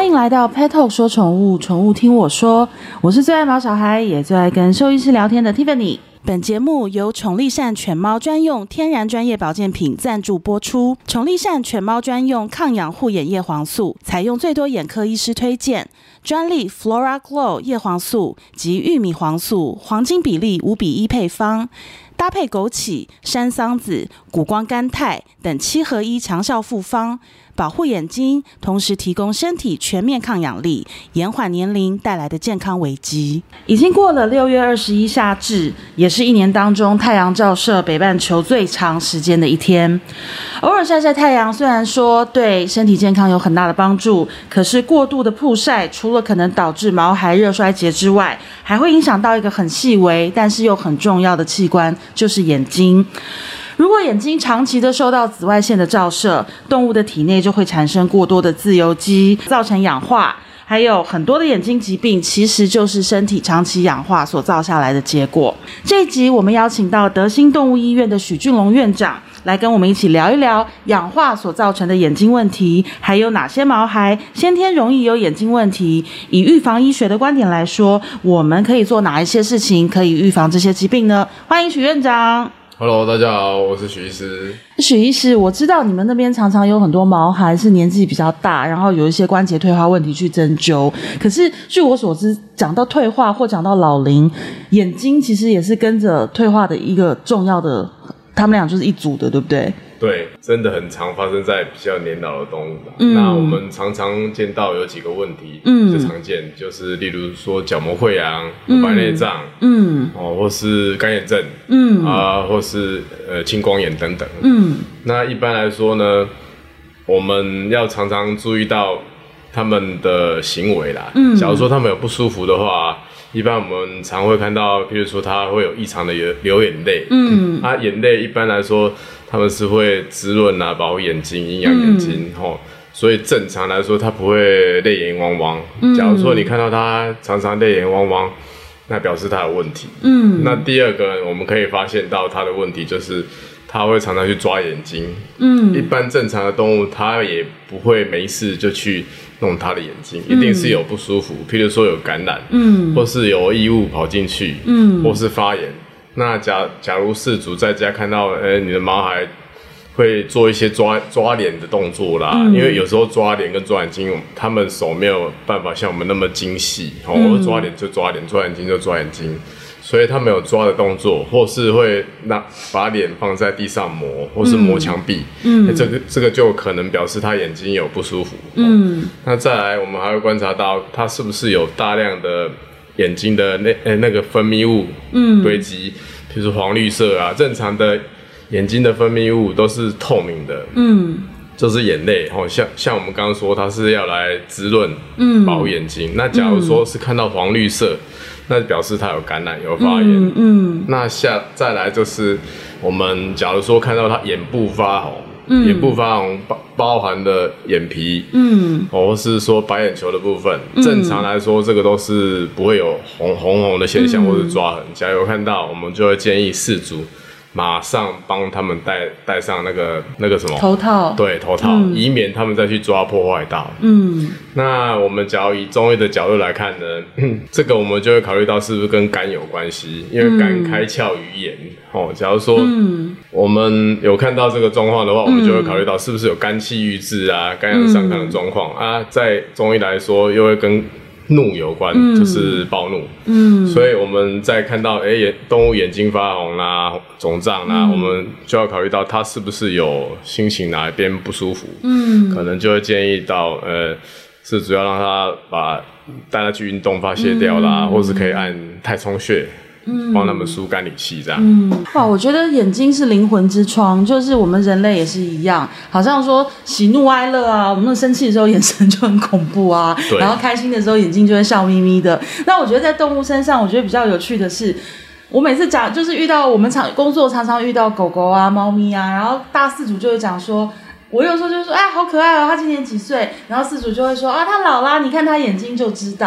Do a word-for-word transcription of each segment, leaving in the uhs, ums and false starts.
欢迎来到 Pet Talk 说宠物，宠物听我说，我是最爱毛小孩也最爱跟兽医师聊天的 Tiffany。本节目由宠力善犬猫专用天然专业保健品赞助播出。宠力善犬猫专用抗氧护眼叶黄素，采用最多眼科医师推荐，专利 Flora Glow 叶黄素及玉米黄素黄金比例五比一配方，搭配枸杞、山桑子、谷胱甘肽等七合一强效复方，保护眼睛，同时提供身体全面抗氧力，延缓年龄带来的健康危机。已经过了六月二十一夏至，也是一年当中太阳照射北半球最长时间的一天。偶尔晒晒太阳，虽然说对身体健康有很大的帮助，可是过度的曝晒，除了可能导致毛孩热衰竭之外，还会影响到一个很细微但是又很重要的器官，就是眼睛。如果眼睛长期的受到紫外线的照射，动物的体内就会产生过多的自由基，造成氧化，还有很多的眼睛疾病其实就是身体长期氧化所造下来的结果。这一集我们邀请到德心动物医院的许俊龙院长来跟我们一起聊一聊氧化所造成的眼睛问题，还有哪些毛孩先天容易有眼睛问题。以预防医学的观点来说，我们可以做哪一些事情可以预防这些疾病呢？欢迎许院长。 Hello， 大家好，我是许医师。 许医师，我知道你们那边常常有很多毛孩是年纪比较大，然后有一些关节退化问题去针灸。可是据我所知，讲到退化或讲到老龄，眼睛其实也是跟着退化的一个重要的，他们俩就是一组的，对不对？ 对，真的很常发生在比较年老的动物。嗯、那我们常常见到有几个问题，嗯，最常见就是例如说角膜溃疡、白内障，嗯，哦，或是干眼症，嗯啊、呃，或是呃青光眼等等，嗯。那一般来说呢，我们要常常注意到他们的行为啦。嗯，假如说他们有不舒服的话，一般我们常会看到，譬如说他会有异常的流眼泪，嗯，啊，眼泪一般来说他们是会滋润啊，保护眼睛、营养眼睛，吼、嗯，所以正常来说他不会泪眼汪汪。嗯，假如说你看到他常常泪眼汪汪，那表示他有问题。嗯，那第二个我们可以发现到他的问题就是他会常常去抓眼睛。嗯，一般正常的动物他也不会没事就去弄他的眼睛，一定是有不舒服，譬如说有感染，嗯，或是有异物跑进去，嗯，或是发炎。那假假如饲主在家看到，呃，你的毛孩会做一些抓抓脸的动作啦，嗯、因为有时候抓脸跟抓眼睛，他们手没有办法像我们那么精细，哦，嗯、抓脸就抓脸，抓眼睛就抓眼睛。所以他们有抓的动作，或是会拿把脸放在地上磨，或是磨墙壁，嗯，这个这个就可能表示他眼睛有不舒服，嗯。那再来，我们还会观察到他是不是有大量的眼睛的那呃那个分泌物，嗯，堆积，比如说黄绿色啊，正常的眼睛的分泌物都是透明的，嗯。就是眼泪，哦，像像我们刚刚说，它是要来滋润、嗯，保护眼睛。那假如说是看到黄绿色，那表示它有感染、有发炎。嗯，嗯那下再来就是我们假如说看到它眼部发红，嗯、眼部发红包包含的眼皮，嗯，或是说白眼球的部分，嗯、正常来说这个都是不会有红红红的现象或者抓痕。假如看到，我们就会建议饲主马上帮他们戴戴上那个那个什么头套， 对，头套，嗯、以免他们再去抓破坏到。嗯，那我们假如以中医的角度来看呢，这个我们就会考虑到是不是跟肝有关系，因为肝开窍于眼。哦，假如说我们有看到这个状况的话，我们就会考虑到是不是有肝气郁滞啊、肝阳上亢的状况，嗯、啊，在中医来说又会跟怒有关，嗯、就是暴怒。嗯，所以我们在看到哎、欸、动物眼睛发红啦、肿胀啦，嗯、我们就要考虑到它是不是有心情哪一边不舒服。嗯，可能就会建议到呃，是主要让它把带它去运动发泄掉啦，嗯、或是可以按太冲穴。嗯，帮他们疏肝理气这样。 嗯，哇，我觉得眼睛是灵魂之窗，就是我们人类也是一样，好像说喜怒哀乐啊，我们生气的时候眼神就很恐怖啊，然后开心的时候眼睛就会笑眯眯的。那我觉得在动物身上，我觉得比较有趣的是，我每次讲就是遇到我们常工作常常遇到狗狗啊、猫咪啊，然后大饲主就会讲说。我有时候就说，哎，好可爱哦，他今年几岁？然后饲主就会说，啊，他老啦，你看他眼睛就知道。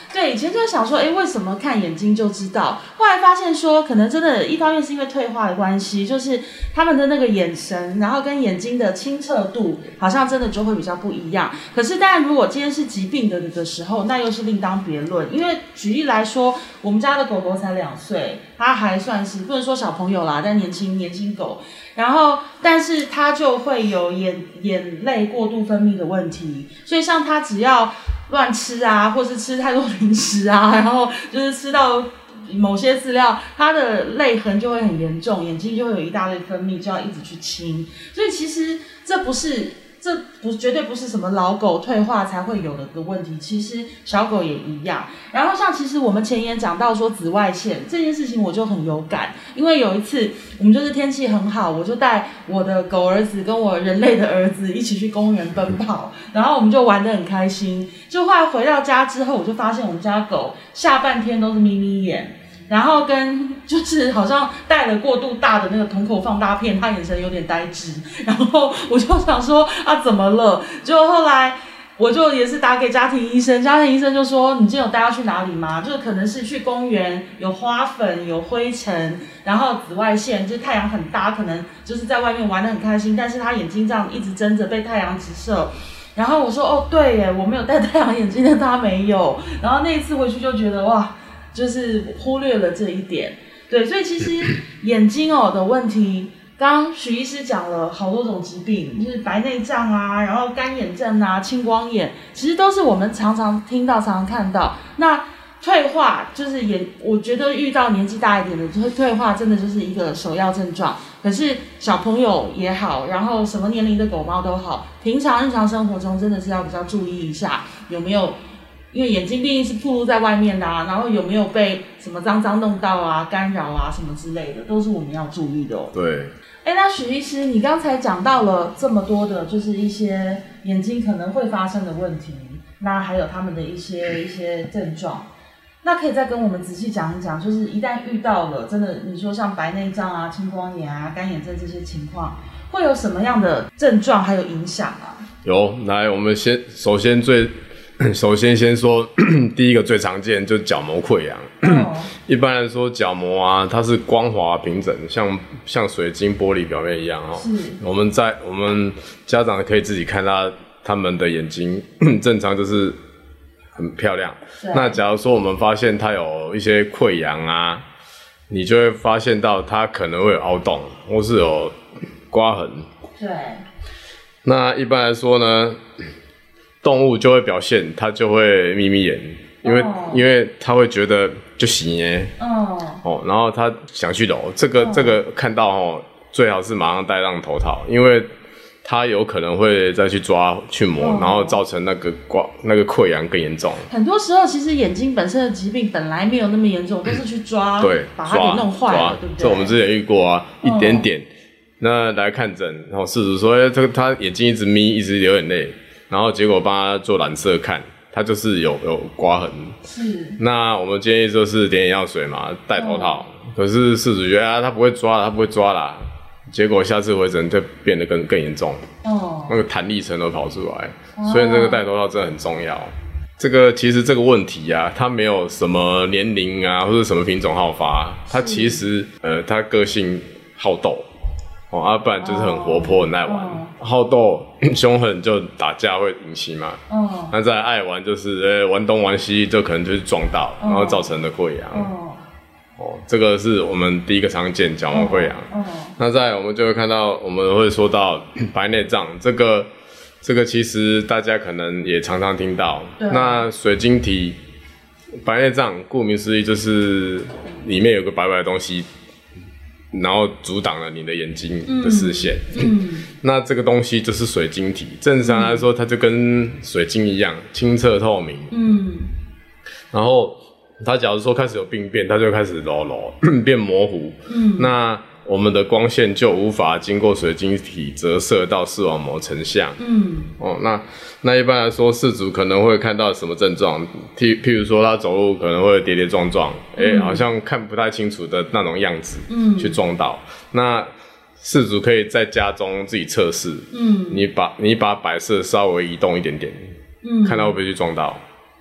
对，以前就在想说，哎，为什么看眼睛就知道？后来发现说，可能真的，一方面是因为退化的关系，就是他们的那个眼神，然后跟眼睛的清澈度，好像真的就会比较不一样。可是，当然，如果今天是疾病的的时候，那又是另当别论。因为举例来说，我们家的狗狗才两岁，它还算是不能说小朋友啦，但年轻年轻狗。然后，但是它就会有眼眼泪过度分泌的问题，所以像它只要乱吃啊，或是吃太多零食啊，然后就是吃到某些饲料，它的泪痕就会很严重，眼睛就会有一大堆分泌，就要一直去清。所以其实这不是。这不绝对不是什么老狗退化才会有的的问题，其实小狗也一样。然后像其实我们前言讲到说紫外线这件事情，我就很有感，因为有一次我们就是天气很好，我就带我的狗儿子跟我人类的儿子一起去公园奔跑，然后我们就玩得很开心。就后来回到家之后，我就发现我们家狗下半天都是眯眯眼。然后跟就是好像戴了过度大的那个瞳孔放大片，他眼神有点呆滞。然后我就想说啊，怎么了？结果后来我就也是打给家庭医生，家庭医生就说你今天有带他去哪里吗？就是可能是去公园，有花粉，有灰尘，然后紫外线，就是太阳很大，可能就是在外面玩得很开心，但是他眼睛这样一直睁着被太阳直射。然后我说哦对耶，我没有戴太阳眼镜，但他没有。然后那一次回去就觉得哇。就是忽略了这一点，对，所以其实眼睛哦的问题，刚刚许医师讲了好多种疾病，就是白内障啊，然后干眼症啊，青光眼，其实都是我们常常听到、常常看到。那退化就是也，我觉得遇到年纪大一点的，退退化真的就是一个首要症状。可是小朋友也好，然后什么年龄的狗猫都好，平常日常生活中真的是要比较注意一下有没有。因为眼睛毕竟是暴露在外面的啊，然后有没有被什么脏脏弄到啊、干扰啊什么之类的，都是我们要注意的哦。 对。 哎，那许医师，你刚才讲到了这么多的，就是一些眼睛可能会发生的问题，那还有他们的一些一些症状，那可以再跟我们仔细讲一讲，就是一旦遇到了，真的你说像白内障啊、青光眼啊、干眼症这些情况，会有什么样的症状还有影响啊？ 有，来，我们先首先最。首先，先说第一个最常见就是角膜溃疡。Oh. 一般来说，角膜啊，它是光滑平整，像像水晶玻璃表面一样哦。是。我们在我们家长可以自己看他他们的眼睛，正常就是很漂亮。那假如说我们发现它有一些溃疡啊，你就会发现到它可能会有凹洞，或是有刮痕。 对。 那一般来说呢？动物就会表现，它就会眯眯眼，因为、oh. 因为它会觉得就行耶，哦、oh. 哦，然后它想去揉，这个、oh. 这个看到哦，最好是马上戴上头套，因为它有可能会再去抓去磨， oh. 然后造成那个刮那个溃疡更严重。 很多时候其实眼睛本身的疾病本来没有那么严重，都是去抓， 对， 把它给弄坏了，对不对？ 这我们之前遇过啊， oh. 一点点，那来看诊，然后事主说，哎，这个他眼睛一直眯，一直流眼泪。然后结果帮他做染色看，他就是有有刮痕。是。那我们建议就是点眼药水嘛，戴头套。嗯、可是事主觉得啊，他不会抓，他不会抓啦。结果下次回诊就变得更更严重。哦。那个弹力层都跑出来，哦、所以这个戴头套真的很重要。这个其实这个问题啊，它没有什么年龄啊，或者什么品种好发，它其实呃，它个性好斗。哦，啊，不然就是很活泼， oh. 很爱玩， oh. 好斗、凶狠就打架会引起嘛。哦，那再爱玩就是呃、欸、玩东玩西，就可能就是撞到， oh. 然后造成的溃疡。哦， oh. 哦，这个是我们第一个常见角膜溃疡。哦， oh. oh. 那再来我们就会看到，我们会说到白内障，这个这个其实大家可能也常常听到。對那水晶体白内障，顾名思义就是里面有个白白的东西。然后阻挡了你的眼睛的视线，嗯嗯、那这个东西就是水晶体。正常来说，它就跟水晶一样清澈透明。嗯，然后它假如说开始有病变，它就开始揉揉变模糊。嗯，那我们的光线就无法经过水晶体折射到视网膜成像。嗯，哦，那那一般来说，饲主可能会看到什么症状？譬譬如说，他走路可能会跌跌撞撞，哎、嗯欸，好像看不太清楚的那种样子，嗯，去撞到。那饲主可以在家中自己测试，嗯，你把你把摆设稍微移动一点点，嗯，看到会不会去撞到。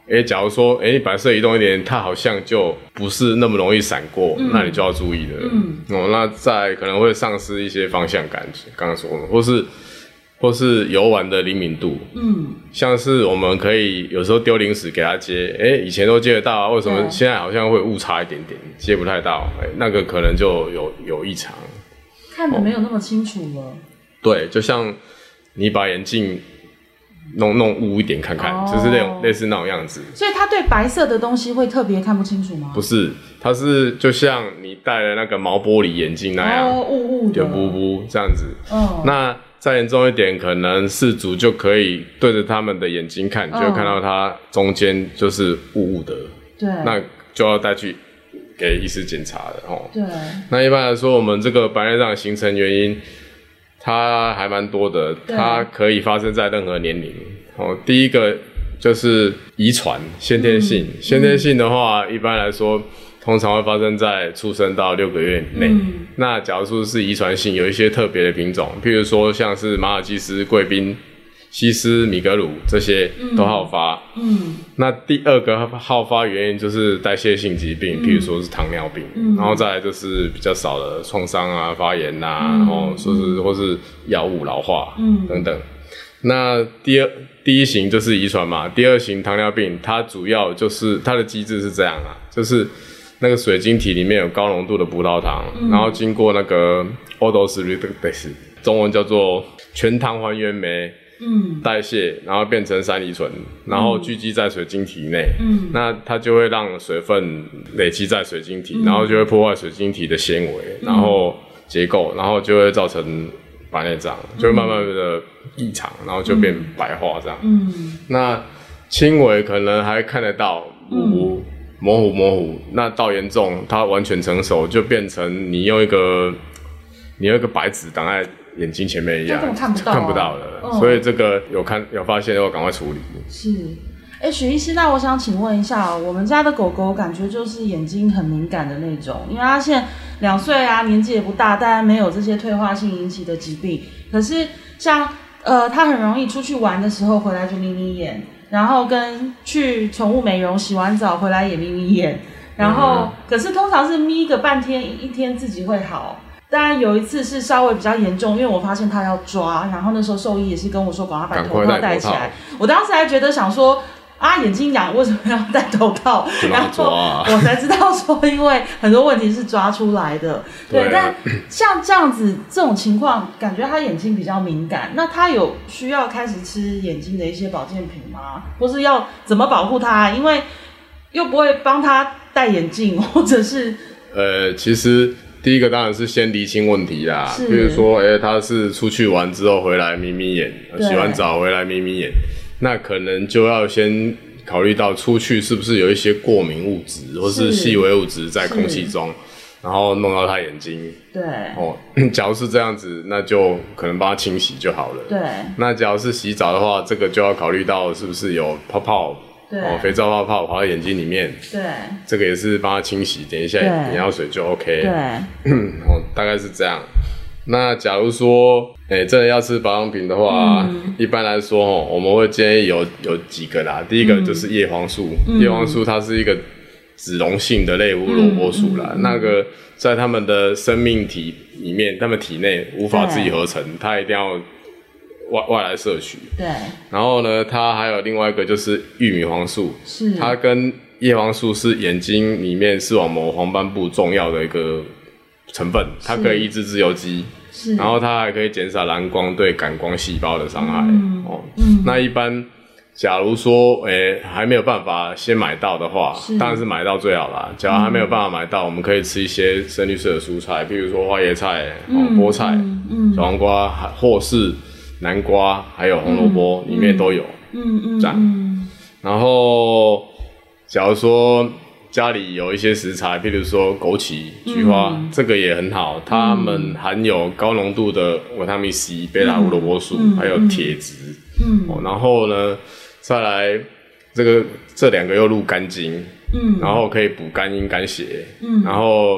哎，假如说哎白色移动一点，它好像就不是那么容易闪过，嗯、那你就要注意了。嗯，哦，那再可能会丧失一些方向感，刚刚说的，或是或是游玩的灵敏度。嗯，像是我们可以有时候丢零食给他接，哎，以前都接得到啊，为什么现在好像会误差一点点，接不太到？哎，那个可能就有有异常。 看得没有那么清楚了。哦、 对，就像你把眼镜弄弄雾一点看看，哦、就是那种类似那种样子。 所以他对白色的东西会特别看不清楚吗？ 不是，它是就像你戴了那个毛玻璃眼镜那样， 哦，雾雾的， 就布布这样子。哦，那再严重一点，可能事主就可以对着他们的眼睛看，哦、就会看到它中间就是雾雾的。对，那就要带去给医师检查的哦。对，那一般来说，我们这个白内障形成原因，它还蛮多的，它可以发生在任何年龄。哦，第一个就是遗传，先天性。嗯、先天性的话，嗯、一般来说，通常会发生在出生到六个月内。嗯、那假如说是遗传性，有一些特别的品种，譬如说像是马尔济斯、贵宾、西斯、米格鲁这些都好发。嗯，那第二个好发原因就是代谢性疾病，嗯、譬如说是糖尿病，嗯、然后再来就是比较少的创伤啊、发炎啊，嗯、然后说是或是药物老化，嗯、等等。那第二第一型就是遗传嘛，第二型糖尿病它主要就是它的机制是这样啊，就是那个水晶体里面有高浓度的葡萄糖，嗯、然后经过那个 aldose reductase， 中文叫做全糖还原酶。嗯，代谢，然后变成山梨醇，然后聚集在水晶体内。嗯，那它就会让水分累积在水晶体，嗯、然后就会破坏水晶体的纤维，嗯、然后结构，然后就会造成白内障，嗯、就会慢慢的异常，然后就变白化这样。嗯，那轻微可能还看得到，模糊、嗯、模糊模糊，那到严重，它完全成熟，就变成你用一个你用一个白纸挡在眼睛前面一样， 看不到、啊， 看不到了。嗯、所以这个有看有发现要赶快处理。 是，哎、欸，许医师，那我想请问一下，我们家的狗狗感觉就是眼睛很敏感的那种，因为它现在两岁啊，年纪也不大，但没有这些退化性引起的疾病。可是像呃，它很容易出去玩的时候回来就眯眯眼，然后跟去宠物美容洗完澡回来也眯眯眼，然后、嗯、可是通常是眯个半天一天自己会好。当然有一次是稍微比较严重，因为我发现他要抓，然后那时候兽医也是跟我说赶快把头套戴起来。我当时还觉得想说啊，眼睛痒为什么要戴头套？然后我才知道说，因为很多问题是抓出来的。对，对啊、但像这样子这种情况，感觉他眼睛比较敏感，那他有需要开始吃眼睛的一些保健品吗？或是要怎么保护他？因为又不会帮他戴眼镜，或者是呃，其实。第一个当然是先厘清问题啦，比如说，哎、欸，他是出去玩之后回来眯眯眼，洗完澡回来眯眯眼，那可能就要先考虑到出去是不是有一些过敏物质或是细微物质在空气中，然后弄到他眼睛。对，哦，假如是这样子，那就可能帮他清洗就好了。对，那假如是洗澡的话，这个就要考虑到是不是有泡泡。对哦，肥皂泡泡跑到眼睛里面，对，这个也是帮他清洗，点一下眼药水就 OK。对，哦，大概是这样。那假如说，哎、欸，真的要吃保养品的话，嗯、一般来说，哦，我们会建议有有几个啦。第一个就是叶黄素，嗯、叶黄素它是一个脂溶性的类胡萝卜素啦，嗯嗯、那个在他们的生命体里面，他们体内无法自己合成，它一定要。外外来摄取，对，然后呢，它还有另外一个就是玉米黄素，是它跟叶黄素是眼睛里面视网膜黄斑部重要的一个成分，它可以抑制自由基，是，然后它还可以减少蓝光对感光细胞的伤害。嗯、哦，嗯，那一般假如说，诶、欸、还没有办法先买到的话，当然是买到最好啦。假如还没有办法买到，嗯、我们可以吃一些深绿色的蔬菜，比如说花椰菜、嗯、菠菜、嗯、小黄瓜，或是南瓜还有红萝卜、嗯、里面都有，嗯嗯，这样。嗯、然后，假如说家里有一些食材，譬如说枸杞、菊花，嗯、这个也很好，它们含有高浓度的维他命 C、贝塔胡萝卜素，嗯、还有铁质。嗯、哦，然后呢，再来这个这两个又入肝经，嗯，然后可以补肝阴、肝血，嗯，然后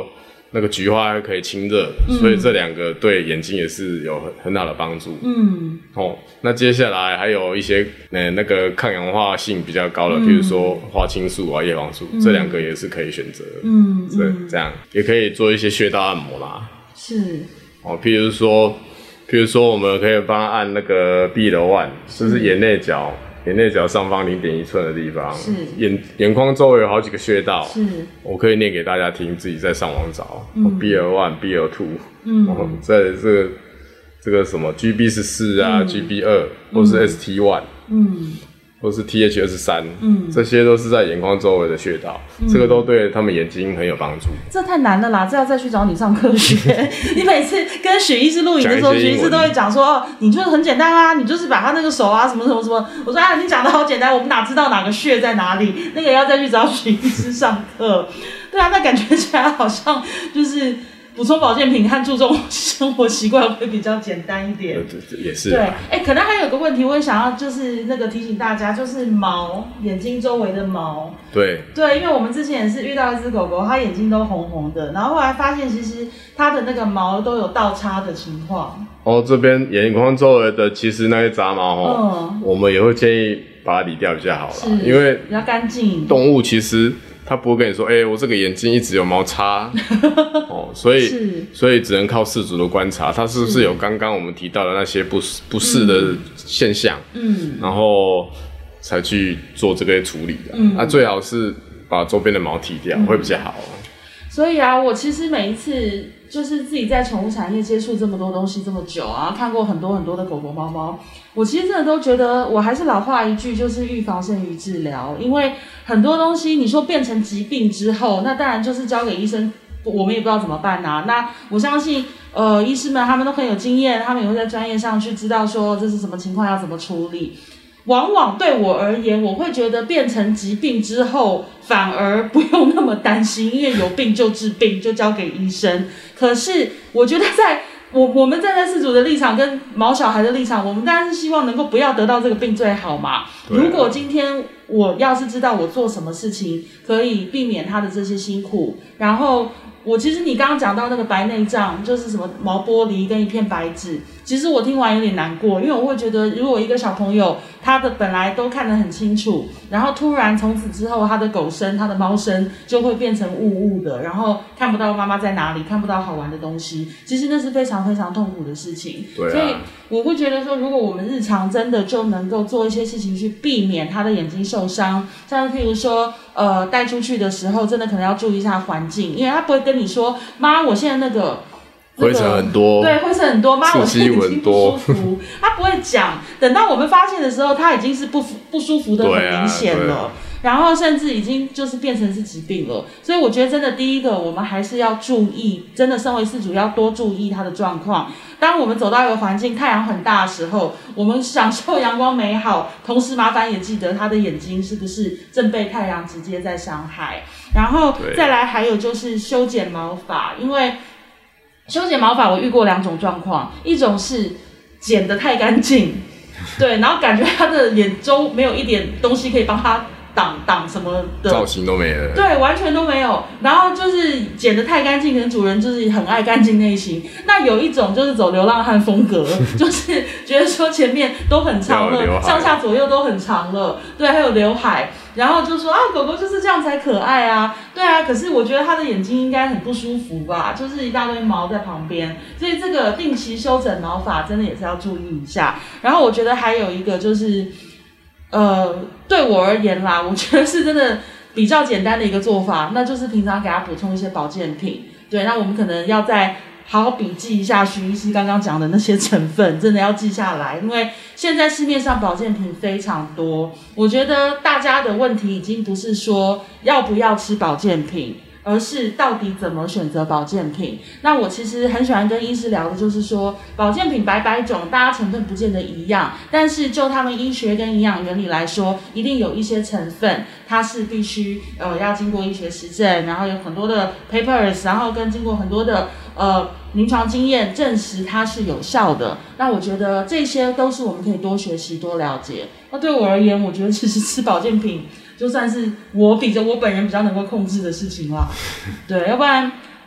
那个菊花可以清热，嗯、所以这两个对眼睛也是有很很好的帮助。嗯，哦，那接下来还有一些呃那个抗氧化性比较高的，嗯、比如说花青素啊、叶黄素，嗯、这两个也是可以选择。嗯，对，这样也可以做一些穴道按摩啦。 是。 哦，譬如说，譬如说，我们可以帮他按那个闭楼腕，就是眼内角。眼内角上方零点一寸的地方，是眼眼眶周围有好几个穴道，是我可以念给大家听，自己再上网找。嗯、B L 一 B L 二，嗯，哦，在这个这个什么 G B 十四啊、嗯、G B 二，或是 S T 一，嗯，或是 T H 二十三，嗯，这些都是在眼眶周围的穴道，嗯、这个都对他们眼睛很有帮助。 这太难了啦，这要再去找你上课学。你每次跟许医师录影的时候，许医师都会讲说，哦，你就是很简单啊，你就是把他那个手啊什么什么什么。我说啊，你讲的好简单，我们哪知道哪个穴在哪里？那个要再去找许医师上课。对啊，那感觉起来好像就是补充保健品和注重生活习惯会比较简单一点。 对对，也是。 对，哎，可能还有个问题，我也想要就是那个提醒大家，就是毛，眼睛周围的毛。 对。 对，因为我们之前也是遇到一只狗狗，它眼睛都红红的，然后后来发现其实它的那个毛都有倒插的情况。 哦，这边眼眶周围的其实那些杂毛哦，嗯、我们也会建议把它理掉比较好啦，因为比较干净。 动物其实。他不会跟你说，哎、欸，我这个眼睛一直有毛擦，哦，所以所以只能靠饲主的观察，它是不是有刚刚我们提到的那些不不适的现象，嗯，然后才去做这个处理的。嗯，那、啊、最好是把周边的毛剃掉，嗯、会比较好。 所以啊，我其实每一次就是自己在宠物产业接触这么多东西这么久啊，看过很多很多的狗狗猫猫，我其实真的都觉得，我还是老话一句，就是预防胜于治疗。因为很多东西你说变成疾病之后，那当然就是交给医生，我们也不知道怎么办啊。那我相信，呃，医师们他们都很有经验，他们也会在专业上去知道说这是什么情况要怎么处理。往往对我而言，我会觉得变成疾病之后，反而不用那么担心，因为有病就治病，就交给医生。可是我觉得在我我们站在饲主的立场跟毛小孩的立场，我们当然是希望能够不要得到这个病最好嘛。如果今天我要是知道我做什么事情可以避免他的这些辛苦，然后我其实你刚刚讲到那个白内障，就是什么毛玻璃跟一片白纸，其实我听完有点难过，因为我会觉得如果一个小朋友他的本来都看得很清楚，然后突然从此之后他的狗生他的猫生就会变成雾雾的，然后看不到妈妈在哪里，看不到好玩的东西，其实那是非常非常痛苦的事情。 对啊， 所以我会觉得说，如果我们日常真的就能够做一些事情去避免他的眼睛受伤，像譬如说呃带出去的时候真的可能要注意一下环境，因为他不会跟你说妈我现在那个灰尘很多， 对，灰尘很多，妈，我现在眼睛不舒服。他不会讲，等到我们发现的时候，他已经是不不舒服的很明显了，啊啊、然后甚至已经就是变成是疾病了。所以我觉得真的第一个，我们还是要注意，真的身为饲主要多注意他的状况。当我们走到一个环境太阳很大的时候，我们享受阳光美好，同时麻烦也记得他的眼睛是不是正被太阳直接在伤害。然后再来还有就是修剪毛发，因为修剪毛发我遇过两种状况，一种是剪得太干净，对，然后感觉他的眼周没有一点东西可以帮他挡挡什么的， 造型都没了， 对，完全都没有。然后就是剪得太干净，可能主人就是很爱干净类型。那有一种就是走流浪汉风格，就是觉得说前面都很长了，上下左右都很长了，对，还有刘海。然后就说啊，狗狗就是这样才可爱啊，对啊。可是我觉得它的眼睛应该很不舒服吧，就是一大堆毛在旁边，所以这个定期修整毛发真的也是要注意一下。然后我觉得还有一个就是，呃，对我而言啦，我觉得是真的比较简单的一个做法，那就是平常给它补充一些保健品。对，那我们可能要在好好笔记一下徐医师刚刚讲的那些成分，真的要记下来，因为现在市面上保健品非常多。我觉得大家的问题已经不是说要不要吃保健品，而是到底怎么选择保健品。那我其实很喜欢跟医师聊的就是说，保健品百百种，大家成分不见得一样，但是就他们医学跟营养原理来说，一定有一些成分它是必须呃要经过医学实证，然后有很多的 papers， 然后跟经过很多的呃临床经验证实它是有效的。那我觉得这些都是我们可以多学习多了解。那对我而言，我觉得其实吃保健品就算是我比较我本人比较能够控制的事情啦。对，要不然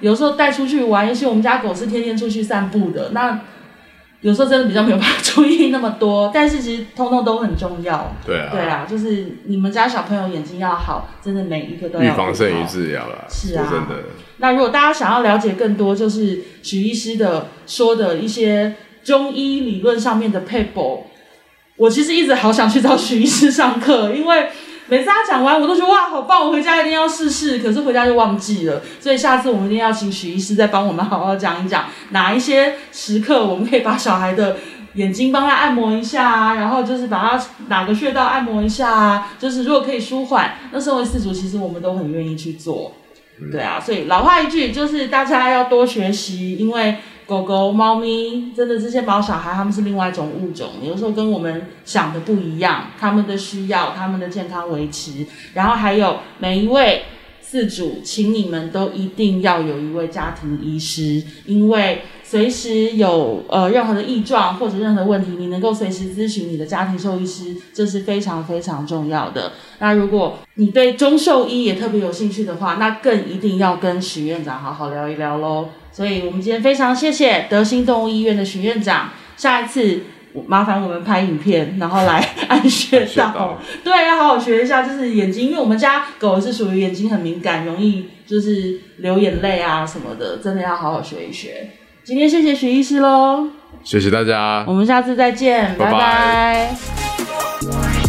有时候带出去玩，尤其我们家狗是天天出去散步的，那有时候真的比较没有办法注意那么多，但是其实通通都很重要。 对啊， 对啊，就是你们家小朋友眼睛要好，真的每一个都要预防胜于治疗啦。 是啊， 真的。 那如果大家想要了解更多，就是许医师的说的一些中医理论上面的撇步，我其实一直好想去找许医师上课，因为每次他讲完，我都觉得哇，好棒！我回家一定要试试，可是回家就忘记了。所以下次我们一定要请许医师再帮我们好好讲一讲，哪一些时刻我们可以把小孩的眼睛帮他按摩一下啊，然后就是把他哪个穴道按摩一下啊，就是如果可以舒缓，那身为饲主，其实我们都很愿意去做。对啊，所以老话一句，就是大家要多学习，因为狗狗、猫咪，真的这些毛小孩，他们是另外一种物种，有时候跟我们想的不一样，他们的需要，他们的健康维持，然后还有每一位饲主，请你们都一定要有一位家庭医师，因为随时有呃任何的异状或者任何问题，你能够随时咨询你的家庭兽医师，这是非常非常重要的。那如果你对中兽医也特别有兴趣的话，那更一定要跟许院长好好聊一聊咯。所以我们今天非常谢谢德心动物医院的许院长，下一次麻烦我们拍影片，然后来按穴道。对，要好好学一下，就是眼睛，因为我们家狗是属于眼睛很敏感，容易就是流眼泪啊什么的，真的要好好学一学。今天谢谢许医师咯， 谢谢大家， 我们下次再见，拜拜。拜拜。